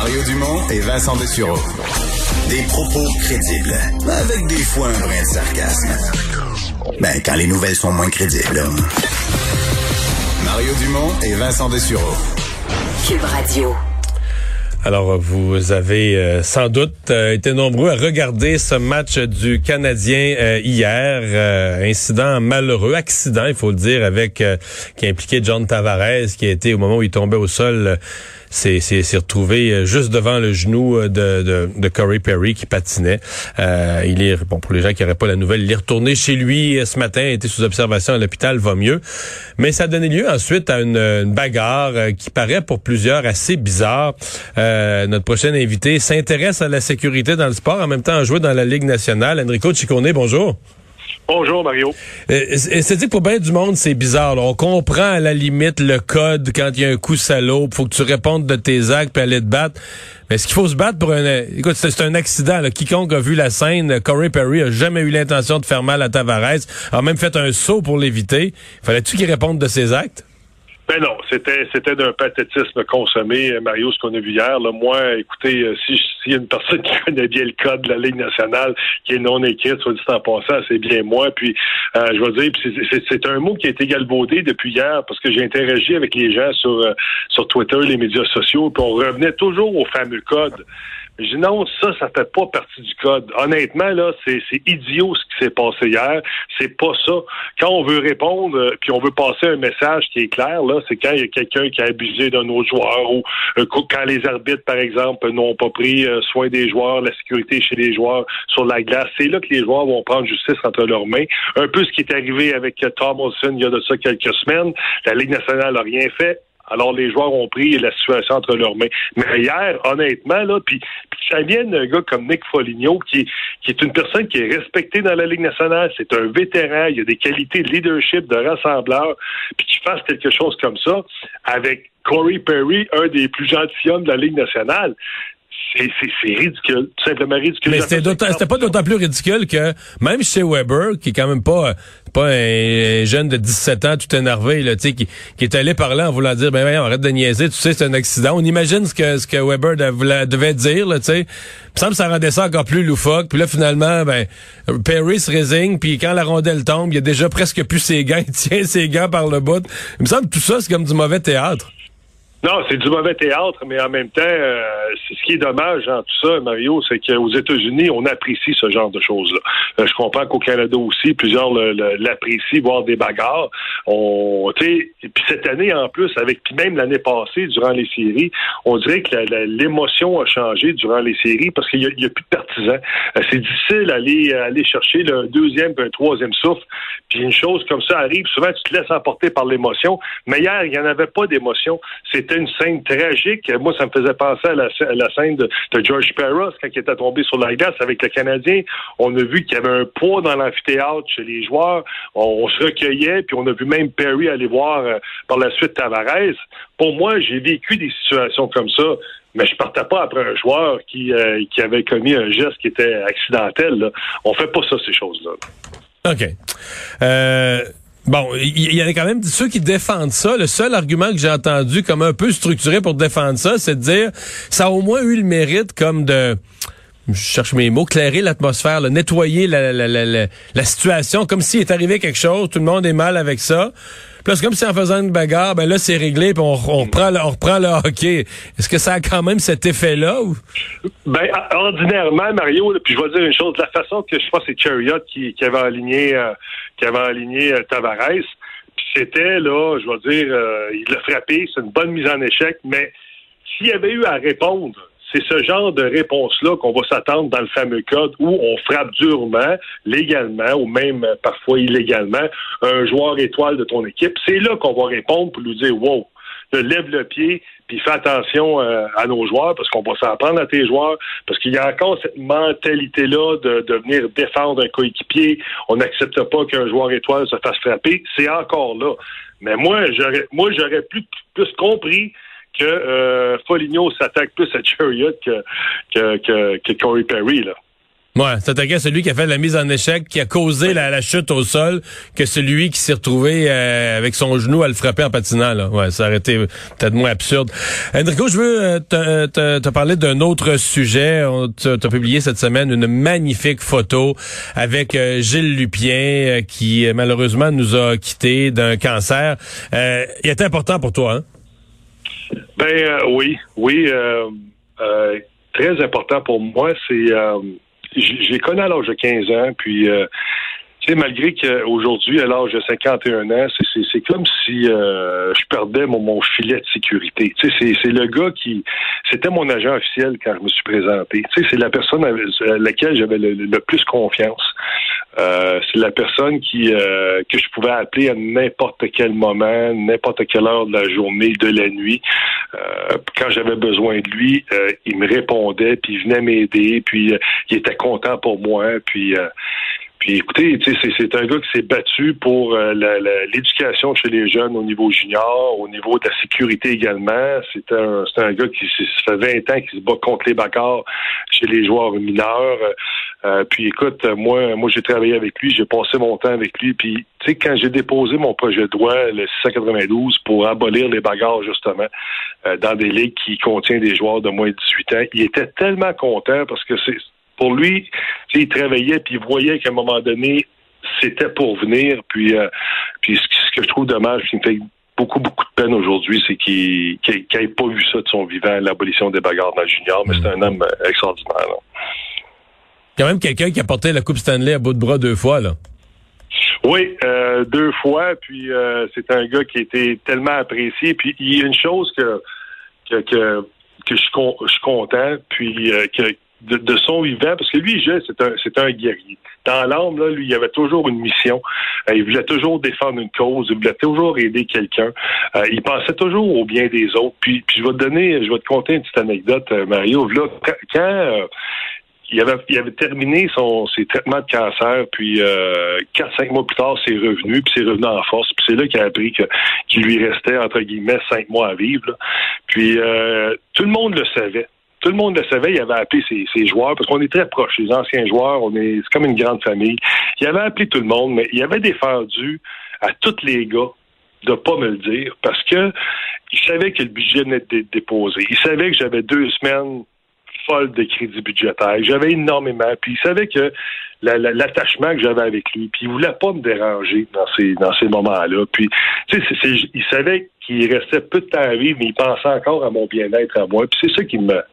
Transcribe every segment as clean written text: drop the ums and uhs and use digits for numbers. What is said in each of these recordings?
Mario Dumont et Vincent Dessureau. Des propos crédibles, avec des fois un brin de sarcasme. Ben, quand les nouvelles sont moins crédibles, là. Mario Dumont et Vincent Dessureau. Cube Radio. Alors, vous avez sans doute été nombreux à regarder ce match du Canadien hier. Incident malheureux, accident, il faut le dire, qui a impliqué John Tavares, qui a été, au moment où il tombait au sol, s'est retrouvé juste devant le genou de Corey Perry qui patinait. Il est, bon, pour les gens qui n'auraient pas la nouvelle, il est retourné chez lui ce matin, a été sous observation à l'hôpital, va mieux. Mais ça a donné lieu ensuite à une bagarre qui paraît pour plusieurs assez bizarre. Notre prochain invité s'intéresse à la sécurité dans le sport, en même temps à jouer dans la Ligue nationale. Enrico Ciccone, bonjour. Bonjour, Mario. C'est-à-dire que pour bien du monde, c'est bizarre, là. On comprend à la limite le code quand il y a un coup salaud, faut que tu répondes de tes actes puis aller te battre. Mais est-ce qu'il faut se battre pour Écoute, c'est un accident, là. Quiconque a vu la scène, Corey Perry a jamais eu l'intention de faire mal à Tavares, a même fait un saut pour l'éviter. Fallait-tu qu'il réponde de ses actes? Ben non, c'était d'un pathétisme consommé, Mario, ce qu'on a vu hier. Là, moi, écoutez, s'il y a une personne qui connaît bien le code de la Ligue nationale, qui est non écrite, soit dit en passant, c'est bien moi. Puis, je veux dire, c'est un mot qui a été galvaudé depuis hier, parce que j'ai interagi avec les gens sur Twitter, les médias sociaux, puis on revenait toujours au fameux code. Je dis non, ça fait pas partie du code. Honnêtement, là, c'est idiot ce qui s'est passé hier. C'est pas ça. Quand on veut répondre, puis on veut passer un message qui est clair, là, c'est quand il y a quelqu'un qui a abusé d'un autre joueur ou quand les arbitres, par exemple, n'ont pas pris soin des joueurs, la sécurité chez les joueurs sur la glace. C'est là que les joueurs vont prendre justice entre leurs mains. Un peu ce qui est arrivé avec Tom Wilson il y a de ça quelques semaines. La Ligue nationale n'a rien fait. Alors, les joueurs ont pris la situation entre leurs mains. Mais hier, honnêtement, là, puis ça vient d'un gars comme Nick Foligno, qui est une personne qui est respectée dans la Ligue nationale. C'est un vétéran. Il a des qualités de leadership, de rassembleur. Puis qu'il fasse quelque chose comme ça avec Corey Perry, un des plus gentilshommes de la Ligue nationale. C'est ridicule, tout simplement ridicule. Mais c'était pas d'autant plus ridicule que même chez Weber, qui est quand même pas un jeune de 17 ans tout énervé, là, tu sais, qui est allé parler en voulant dire, ben arrête de niaiser, tu sais, c'est un accident. On imagine ce que Weber devait dire, là, tu sais. Il me semble que ça rendait ça encore plus loufoque. Puis là, finalement, Perry se résigne, puis quand la rondelle tombe, il y a déjà presque plus ses gants, il tient ses gants par le bout. Il me semble que tout ça, c'est comme du mauvais théâtre. Non, c'est du mauvais théâtre, mais en même temps, ce qui est dommage dans tout ça, Mario, c'est qu'aux États-Unis, on apprécie ce genre de choses-là. Je comprends qu'au Canada aussi, plusieurs l'apprécient, voir des bagarres. Et puis cette année, en plus, puis même l'année passée, durant les séries, on dirait que l'émotion a changé durant les séries parce qu'il y a plus de partisans. C'est difficile d'aller chercher le deuxième et un troisième souffle. Puis une chose comme ça arrive, souvent tu te laisses emporter par l'émotion. Mais hier, il n'y en avait pas d'émotion. C'était une scène tragique. Moi, ça me faisait penser à la scène de George Parros quand il était tombé sur la glace avec le Canadien. On a vu qu'il y avait un poids dans l'amphithéâtre chez les joueurs. On se recueillait, puis on a vu même Perry aller voir par la suite Tavares. Pour moi, j'ai vécu des situations comme ça. Mais je partais pas après un joueur qui avait commis un geste qui était accidentel. Là. On fait pas ça, ces choses-là. OK. Bon, il y en a quand même ceux qui défendent ça. Le seul argument que j'ai entendu comme un peu structuré pour défendre ça, c'est de dire ça a au moins eu le mérite comme de... Je cherche mes mots, clairer l'atmosphère, là, nettoyer la situation, comme s'il est arrivé quelque chose, tout le monde est mal avec ça. Puis là, c'est comme si en faisant une bagarre, là, c'est réglé, puis on reprend le hockey. Est-ce que ça a quand même cet effet-là? Ou? Ordinairement, Mario, puis je vais dire une chose, de la façon que je pense que c'est Chariot qui avait aligné Tavares, puis c'était, là, je vais dire, il l'a frappé, c'est une bonne mise en échec, mais s'il y avait eu à répondre, c'est ce genre de réponse-là qu'on va s'attendre dans le fameux code où on frappe durement, légalement ou même parfois illégalement, un joueur étoile de ton équipe. C'est là qu'on va répondre pour lui dire « Wow, lève le pied, puis fais attention à nos joueurs, parce qu'on va s'en prendre à tes joueurs, parce qu'il y a encore cette mentalité-là de venir défendre un coéquipier. On n'accepte pas qu'un joueur étoile se fasse frapper. C'est encore là. Mais moi, j'aurais plus compris que Foligno s'attaque plus à Chariot que Corey Perry, là. Ouais, s'attaquer à celui qui a fait la mise en échec, qui a causé la chute au sol, que celui qui s'est retrouvé avec son genou à le frapper en patinant. Là. Ouais, ça aurait été peut-être moins absurde. Enrico, je veux te parler d'un autre sujet. Tu as publié cette semaine une magnifique photo avec Gilles Lupien, qui malheureusement nous a quittés d'un cancer. Il était important pour toi, hein? Oui. Très important pour moi. C'est j'ai connu à l'âge de 15 ans, puis tu sais, malgré qu'aujourd'hui, à l'âge de 51 ans, c'est comme si je perdais mon filet de sécurité. Tu sais, c'est le gars c'était mon agent officiel quand je me suis présenté. Tu sais, c'est la personne à laquelle j'avais le plus confiance. C'est la personne que je pouvais appeler à n'importe quel moment, n'importe quelle heure de la journée, de la nuit. Quand j'avais besoin de lui, il me répondait, puis il venait m'aider, puis il était content pour moi, puis écoutez, c'est un gars qui s'est battu pour l'éducation chez les jeunes au niveau junior, au niveau de la sécurité également. C'est un gars qui ça fait 20 ans qu'il se bat contre les bagarres chez les joueurs mineurs. Puis écoute, moi j'ai travaillé avec lui, j'ai passé mon temps avec lui. Puis tu sais, quand j'ai déposé mon projet de loi, le 692, pour abolir les bagarres justement dans des ligues qui contiennent des joueurs de moins de 18 ans, il était tellement content parce que pour lui, il travaillait puis il voyait qu'à un moment donné, c'était pour venir. Puis ce que je trouve dommage, qui me fait beaucoup de peine aujourd'hui, c'est qu'il n'ait pas vu ça de son vivant, l'abolition des bagarres dans le junior. Mais c'est un homme extraordinaire. Là. Quand même quelqu'un qui a porté la Coupe Stanley à bout de bras 2 fois, là. Oui, 2 fois. Puis c'est un gars qui a été tellement apprécié. Puis il y a une chose que je suis content, puis de son vivant, parce que lui, c'est un guerrier. Dans l'âme, là, lui, il avait toujours une mission. Il voulait toujours défendre une cause. Il voulait toujours aider quelqu'un. Il pensait toujours au bien des autres. Puis je vais te conter une petite anecdote, Mario. Là, quand il avait terminé ses traitements de cancer, puis 4-5 mois plus tard, c'est revenu, puis c'est revenu en force. Puis c'est là qu'il a appris qu'il lui restait, entre guillemets, 5 mois à vivre. Là. Puis tout le monde le savait. Tout le monde le savait, il avait appelé ses joueurs, parce qu'on est très proches, les anciens joueurs, c'est comme une grande famille. Il avait appelé tout le monde, mais il avait défendu à tous les gars de pas me le dire, parce que il savait que le budget venait d'être déposé. Il savait que j'avais 2 semaines folles de crédit budgétaire. J'avais énormément, puis il savait que l'attachement que j'avais avec lui, puis il voulait pas me déranger dans ces moments-là. Puis, tu sais, il savait qu'il restait peu de temps à vivre, mais il pensait encore à mon bien-être à moi. Puis c'est ça qui me...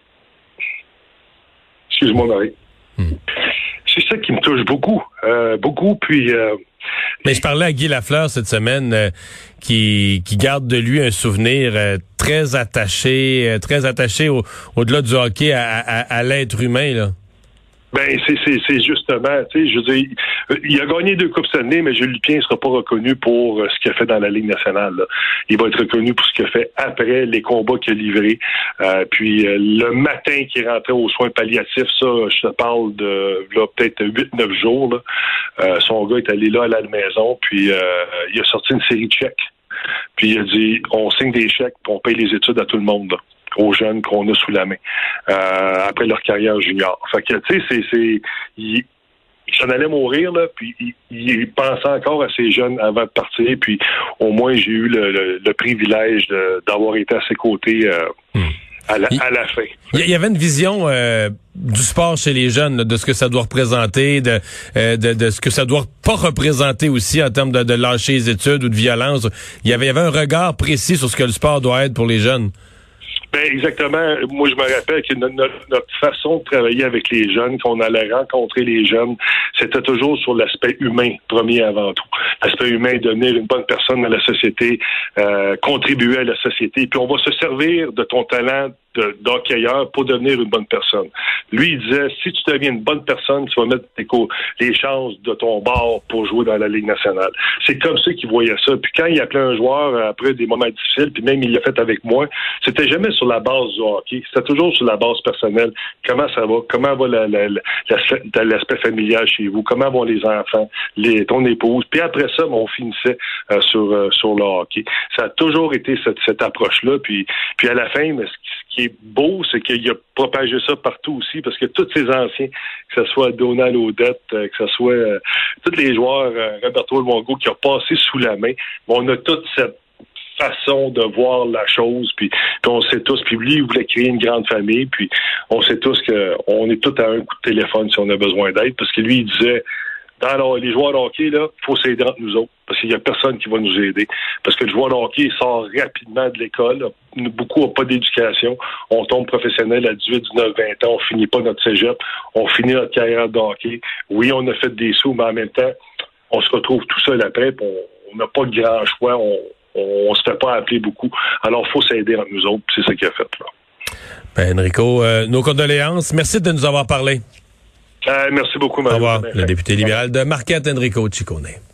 Excuse-moi, Marie. C'est ça qui me touche beaucoup. Beaucoup, puis... Mais je parlais à Guy Lafleur cette semaine, qui garde de lui un souvenir très attaché au-delà du hockey à l'être humain, là. Ben, c'est justement, tu sais, je veux dire, il a gagné 2 Coupes Stanley, mais Gilles Lupien ne sera pas reconnu pour ce qu'il a fait dans la Ligue nationale, là. Il va être reconnu pour ce qu'il a fait après les combats qu'il a livrés. Puis le matin qu'il est rentré aux soins palliatifs, ça, je te parle de là, peut-être 8-9 jours, là. Son gars est allé là à la maison, puis il a sorti une série de chèques. Puis il a dit, on signe des chèques, puis on paye les études à tout le monde, là, aux jeunes qu'on a sous la main après leur carrière junior. Fait que, tu sais, il s'en allait mourir, là, puis il pensait encore à ces jeunes avant de partir, puis au moins j'ai eu le privilège d'avoir été à ses côtés à la fin. Il y avait une vision du sport chez les jeunes, là, de ce que ça doit représenter, de ce que ça doit pas représenter aussi en termes de lâcher les études ou de violence. Il y avait un regard précis sur ce que le sport doit être pour les jeunes. Ben exactement. Moi, je me rappelle que notre façon de travailler avec les jeunes, qu'on allait rencontrer les jeunes, c'était toujours sur l'aspect humain, premier avant tout. L'aspect humain, devenir une bonne personne dans la société, contribuer à la société. Puis on va se servir de ton talent d'hockeyeur pour devenir une bonne personne. Lui, il disait, si tu deviens une bonne personne, tu vas mettre les chances de ton bord pour jouer dans la Ligue nationale. C'est comme ça qu'il voyait ça. Puis quand il appelait un joueur après des moments difficiles, puis même il l'a fait avec moi, c'était jamais sur la base du hockey. C'était toujours sur la base personnelle. Comment ça va? Comment va l'aspect familial chez vous? Comment vont les enfants? Ton épouse? Puis après ça, on finissait sur le hockey. Ça a toujours été cette approche-là. Puis à la fin, ce qui est beau, c'est qu'il a propagé ça partout aussi, parce que tous ces anciens, que ce soit Donald Odette, que ce soit tous les joueurs, Roberto Luongo, qui a passé sous la main, on a toute cette façon de voir la chose, puis on sait tous, puis lui, il voulait créer une grande famille, puis on sait tous qu'on est tous à un coup de téléphone si on a besoin d'aide, parce que lui, il disait, dans les joueurs de hockey, là, faut s'aider entre nous autres, parce qu'il y a personne qui va nous aider, parce que le joueur de hockey, il sort rapidement de l'école, beaucoup n'ont pas d'éducation, on tombe professionnel à 18, 19, 20 ans, on finit pas notre cégep, on finit notre carrière de hockey, oui, on a fait des sous, mais en même temps, on se retrouve tout seul après, puis on n'a pas de grand choix, on se fait pas appeler beaucoup. Alors, il faut s'aider entre nous autres. C'est ça qu'il a fait, là. Ben, Enrico, nos condoléances. Merci de nous avoir parlé. Merci beaucoup, Mario. Au revoir. Le député libéral de Marquette, Enrico Ciccone.